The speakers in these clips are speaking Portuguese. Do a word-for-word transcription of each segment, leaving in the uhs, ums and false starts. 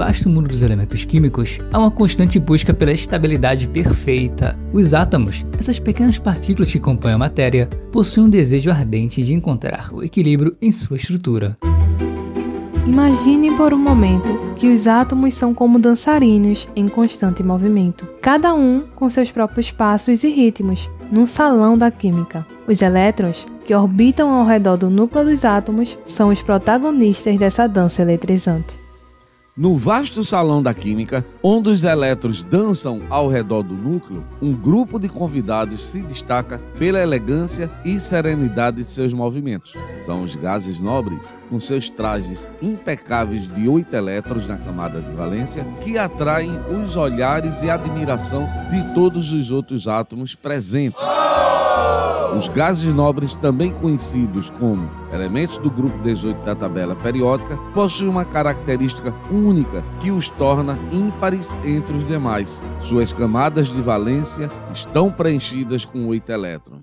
vasto mundo dos elementos químicos, há uma constante busca pela estabilidade perfeita. Os átomos, essas pequenas partículas que compõem a matéria, possuem um desejo ardente de encontrar o equilíbrio em sua estrutura. Imagine por um momento que os átomos são como dançarinos em constante movimento, cada um com seus próprios passos e ritmos, num salão da química. Os elétrons, que orbitam ao redor do núcleo dos átomos, são os protagonistas dessa dança eletrizante. No vasto salão da química, onde os elétrons dançam ao redor do núcleo, um grupo de convidados se destaca pela elegância e serenidade de seus movimentos. São os gases nobres, com seus trajes impecáveis de oito elétrons na camada de valência, que atraem os olhares e a admiração de todos os outros átomos presentes. Os gases nobres, também conhecidos como elementos do grupo dezoito da tabela periódica, possuem uma característica única que os torna ímpares entre os demais. Suas camadas de valência estão preenchidas com oito elétrons.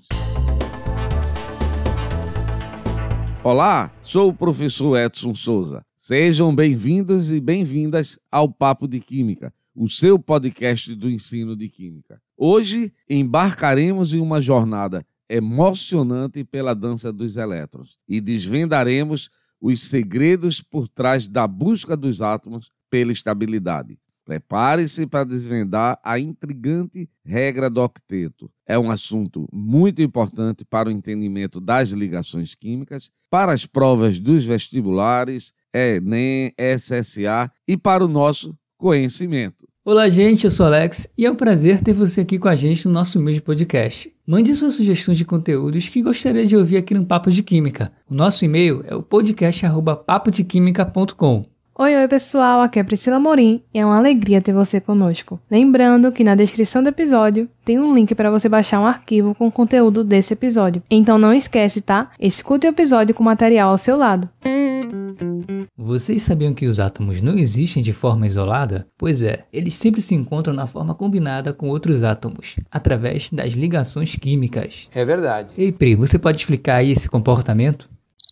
Olá, sou o professor Edson Souza. Sejam bem-vindos e bem-vindas ao Papo de Química, o seu podcast do ensino de Química. Hoje embarcaremos em uma jornada emocionante pela dança dos elétrons e desvendaremos os segredos por trás da busca dos átomos pela estabilidade. Prepare-se para desvendar a intrigante regra do octeto. É um assunto muito importante para o entendimento das ligações químicas, para as provas dos vestibulares, Enem, S S A e para o nosso conhecimento. Olá, gente, eu sou Alex e é um prazer ter você aqui com a gente no nosso meio de podcast. Mande suas sugestões de conteúdos que gostaria de ouvir aqui no Papo de Química. O nosso e-mail é o podcast arroba papo de química ponto com. Oi, oi pessoal, aqui é Priscila Morim e é uma alegria ter você conosco. Lembrando que na descrição do episódio tem um link para você baixar um arquivo com o conteúdo desse episódio. Então não esquece, tá? Escute o episódio com material ao seu lado. Vocês sabiam que os átomos não existem de forma isolada? Pois é, eles sempre se encontram na forma combinada com outros átomos, através das ligações químicas. É verdade. Ei, Pri, você pode explicar aí esse comportamento?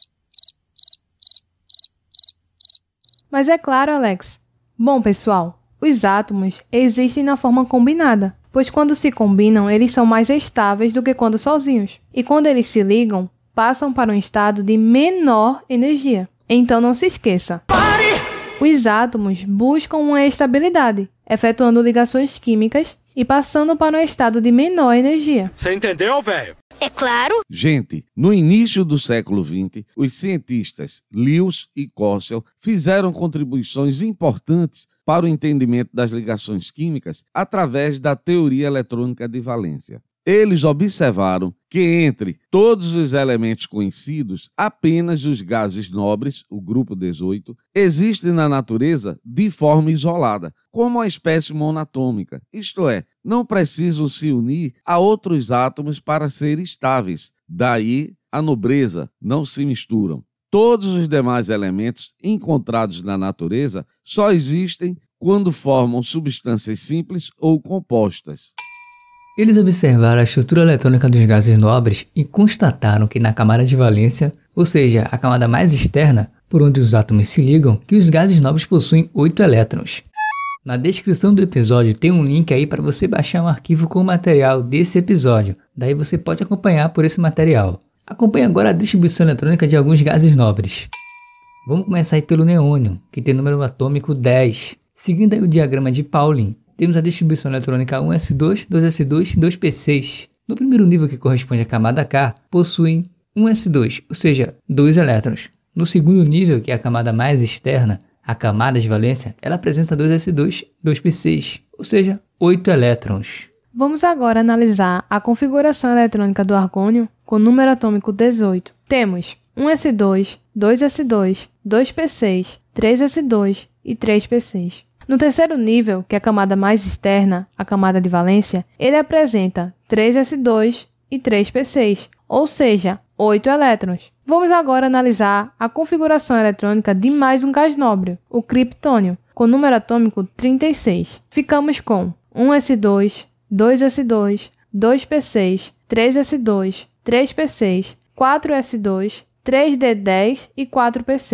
Mas é claro, Alex. Bom, pessoal, os átomos existem na forma combinada, pois quando se combinam, eles são mais estáveis do que quando sozinhos. E quando eles se ligam, passam para um estado de menor energia. Então não se esqueça. Pare! Os átomos buscam uma estabilidade, efetuando ligações químicas e passando para um estado de menor energia. Você entendeu, velho? É claro. Gente, no início do século vinte, os cientistas Lewis e Cossel fizeram contribuições importantes para o entendimento das ligações químicas através da teoria eletrônica de valência. Eles observaram que entre todos os elementos conhecidos, apenas os gases nobres, o grupo dezoito, existem na natureza de forma isolada, como uma espécie monatômica, isto é, não precisam se unir a outros átomos para serem estáveis. Daí a nobreza, não se misturam. Todos os demais elementos encontrados na natureza só existem quando formam substâncias simples ou compostas. Eles observaram a estrutura eletrônica dos gases nobres e constataram que na camada de valência, ou seja, a camada mais externa, por onde os átomos se ligam, que os gases nobres possuem oito elétrons. Na descrição do episódio tem um link aí para você baixar um arquivo com o material desse episódio, daí você pode acompanhar por esse material. Acompanhe agora a distribuição eletrônica de alguns gases nobres. Vamos começar aí pelo neônio, que tem número atômico dez. Seguindo aí o diagrama de Pauling, temos a distribuição eletrônica um S dois, dois S dois e dois P seis. No primeiro nível, que corresponde à camada K, possuem um S dois, ou seja, dois elétrons. No segundo nível, que é a camada mais externa, a camada de valência, ela apresenta dois S dois, dois P seis, ou seja, oito elétrons. Vamos agora analisar a configuração eletrônica do argônio com número atômico dezoito. Temos um S dois, dois S dois, dois P seis, três S dois e três P seis. No terceiro nível, que é a camada mais externa, a camada de valência, ele apresenta três S dois e três P seis, ou seja, oito elétrons. Vamos agora analisar a configuração eletrônica de mais um gás nobre, o criptônio, com número atômico trinta e seis. Ficamos com um S dois, dois S dois, dois P seis, três S dois, três P seis, quatro S dois, três D dez e quatro P seis.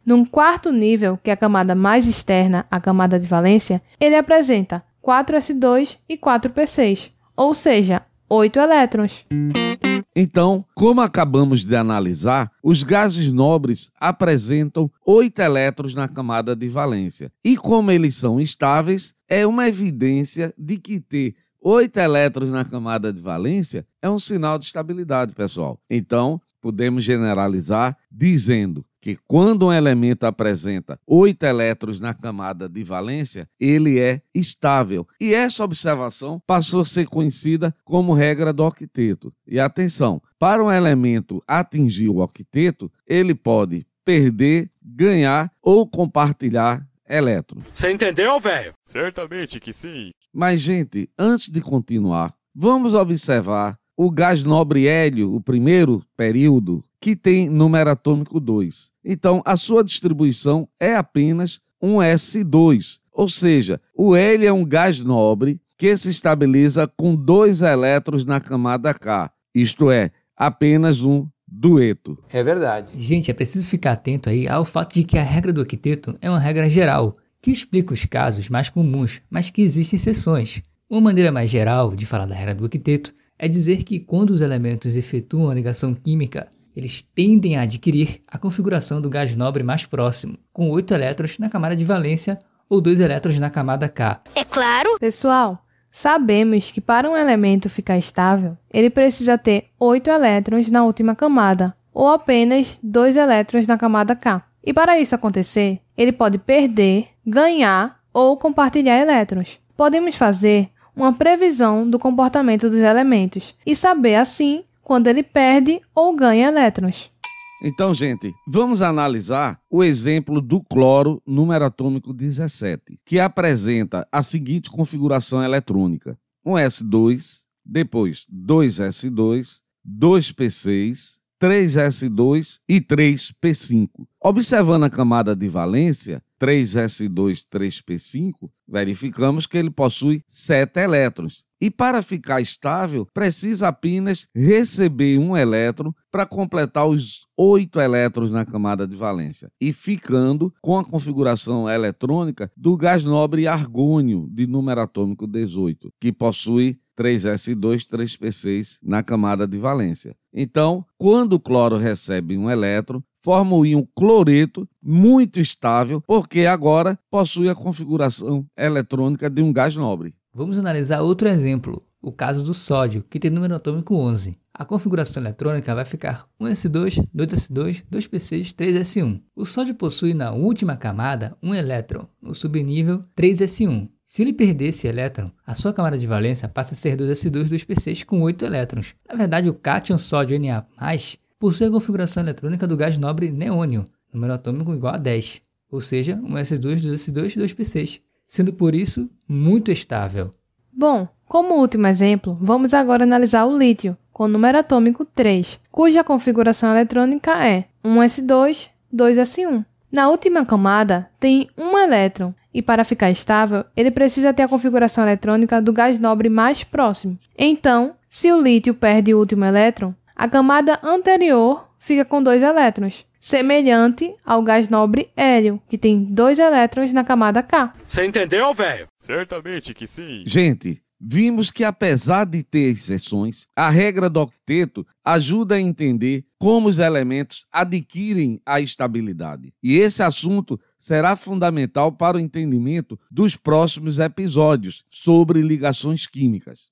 Num quarto nível, que é a camada mais externa, a camada de valência, ele apresenta quatro S dois e quatro P seis, ou seja, oito elétrons. Então, como acabamos de analisar, os gases nobres apresentam oito elétrons na camada de valência. E como eles são estáveis, é uma evidência de que ter oito elétrons na camada de valência é um sinal de estabilidade, pessoal. Então, podemos generalizar dizendo que quando um elemento apresenta oito elétrons na camada de valência, ele é estável. E essa observação passou a ser conhecida como regra do octeto. E atenção, para um elemento atingir o octeto, ele pode perder, ganhar ou compartilhar elétrons. Você entendeu, velho? Certamente que sim. Mas, gente, antes de continuar, vamos observar o gás nobre hélio, o primeiro período, que tem número atômico dois. Então, a sua distribuição é apenas um S dois, ou seja, o hélio é um gás nobre que se estabiliza com dois elétrons na camada K, isto é, apenas um dueto. É verdade. Gente, é preciso ficar atento aí ao fato de que a regra do octeto é uma regra geral, que explica os casos mais comuns, mas que existem exceções. Uma maneira mais geral de falar da regra do octeto é dizer que quando os elementos efetuam a ligação química, eles tendem a adquirir a configuração do gás nobre mais próximo, com oito elétrons na camada de valência ou dois elétrons na camada K. É claro! Pessoal, sabemos que para um elemento ficar estável, ele precisa ter oito elétrons na última camada, ou apenas dois elétrons na camada K. E para isso acontecer, ele pode perder, ganhar ou compartilhar elétrons. Podemos fazer uma previsão do comportamento dos elementos e saber, assim, quando ele perde ou ganha elétrons. Então, gente, vamos analisar o exemplo do cloro número atômico dezessete, que apresenta a seguinte configuração eletrônica: um S dois, depois dois S dois, dois P seis, três S dois e três P cinco. Observando a camada de valência, três S dois, três P cinco, verificamos que ele possui sete elétrons. E para ficar estável, precisa apenas receber um elétron para completar os oito elétrons na camada de valência, e ficando com a configuração eletrônica do gás nobre argônio, de número atômico dezoito, que possui três S dois, três P seis na camada de valência. Então, quando o cloro recebe um elétron, forma o íon cloreto muito estável, porque agora possui a configuração eletrônica de um gás nobre. Vamos analisar outro exemplo, o caso do sódio, que tem número atômico onze. A configuração eletrônica vai ficar um S dois, dois S dois, dois P seis, três S um. O sódio possui na última camada um elétron, no subnível três S um. Se ele perder esse elétron, a sua camada de valência passa a ser dois S dois, dois P seis com oito elétrons. Na verdade, o cátion sódio Na mais, possui a configuração eletrônica do gás nobre neônio, número atômico igual a dez, ou seja, um S dois, dois S dois, dois P seis, sendo por isso muito estável. Bom, como último exemplo, vamos agora analisar o lítio, com número atômico três, cuja configuração eletrônica é um S dois, dois S um. Na última camada tem um elétron, e para ficar estável, ele precisa ter a configuração eletrônica do gás nobre mais próximo. Então, se o lítio perde o último elétron, a camada anterior fica com dois elétrons, semelhante ao gás nobre hélio, que tem dois elétrons na camada K. Você entendeu, velho? Certamente que sim. Gente, vimos que apesar de ter exceções, a regra do octeto ajuda a entender como os elementos adquirem a estabilidade. E esse assunto será fundamental para o entendimento dos próximos episódios sobre ligações químicas.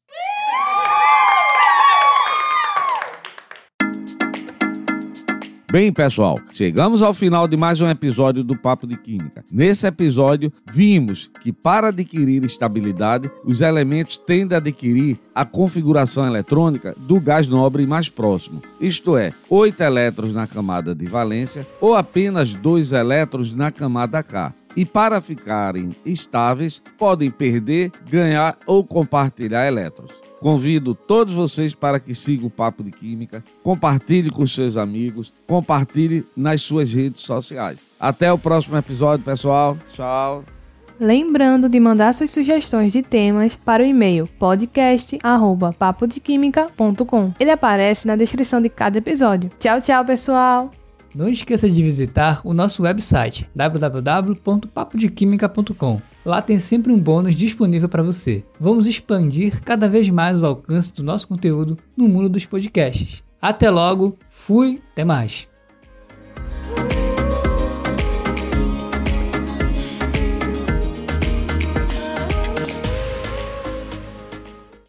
Bem, pessoal, chegamos ao final de mais um episódio do Papo de Química. Nesse episódio, vimos que para adquirir estabilidade, os elementos tendem a adquirir a configuração eletrônica do gás nobre mais próximo, isto é, oito elétrons na camada de valência ou apenas dois elétrons na camada K. E para ficarem estáveis, podem perder, ganhar ou compartilhar elétrons. Convido todos vocês para que sigam o Papo de Química, compartilhe com seus amigos, compartilhe nas suas redes sociais. Até o próximo episódio, pessoal. Tchau. Lembrando de mandar suas sugestões de temas para o e-mail podcast arroba papo de química ponto com. Ele aparece na descrição de cada episódio. Tchau, tchau, pessoal! Não esqueça de visitar o nosso website w w w ponto papo de química ponto com. Lá tem sempre um bônus disponível para você. Vamos expandir cada vez mais o alcance do nosso conteúdo no mundo dos podcasts. Até logo, fui, até mais!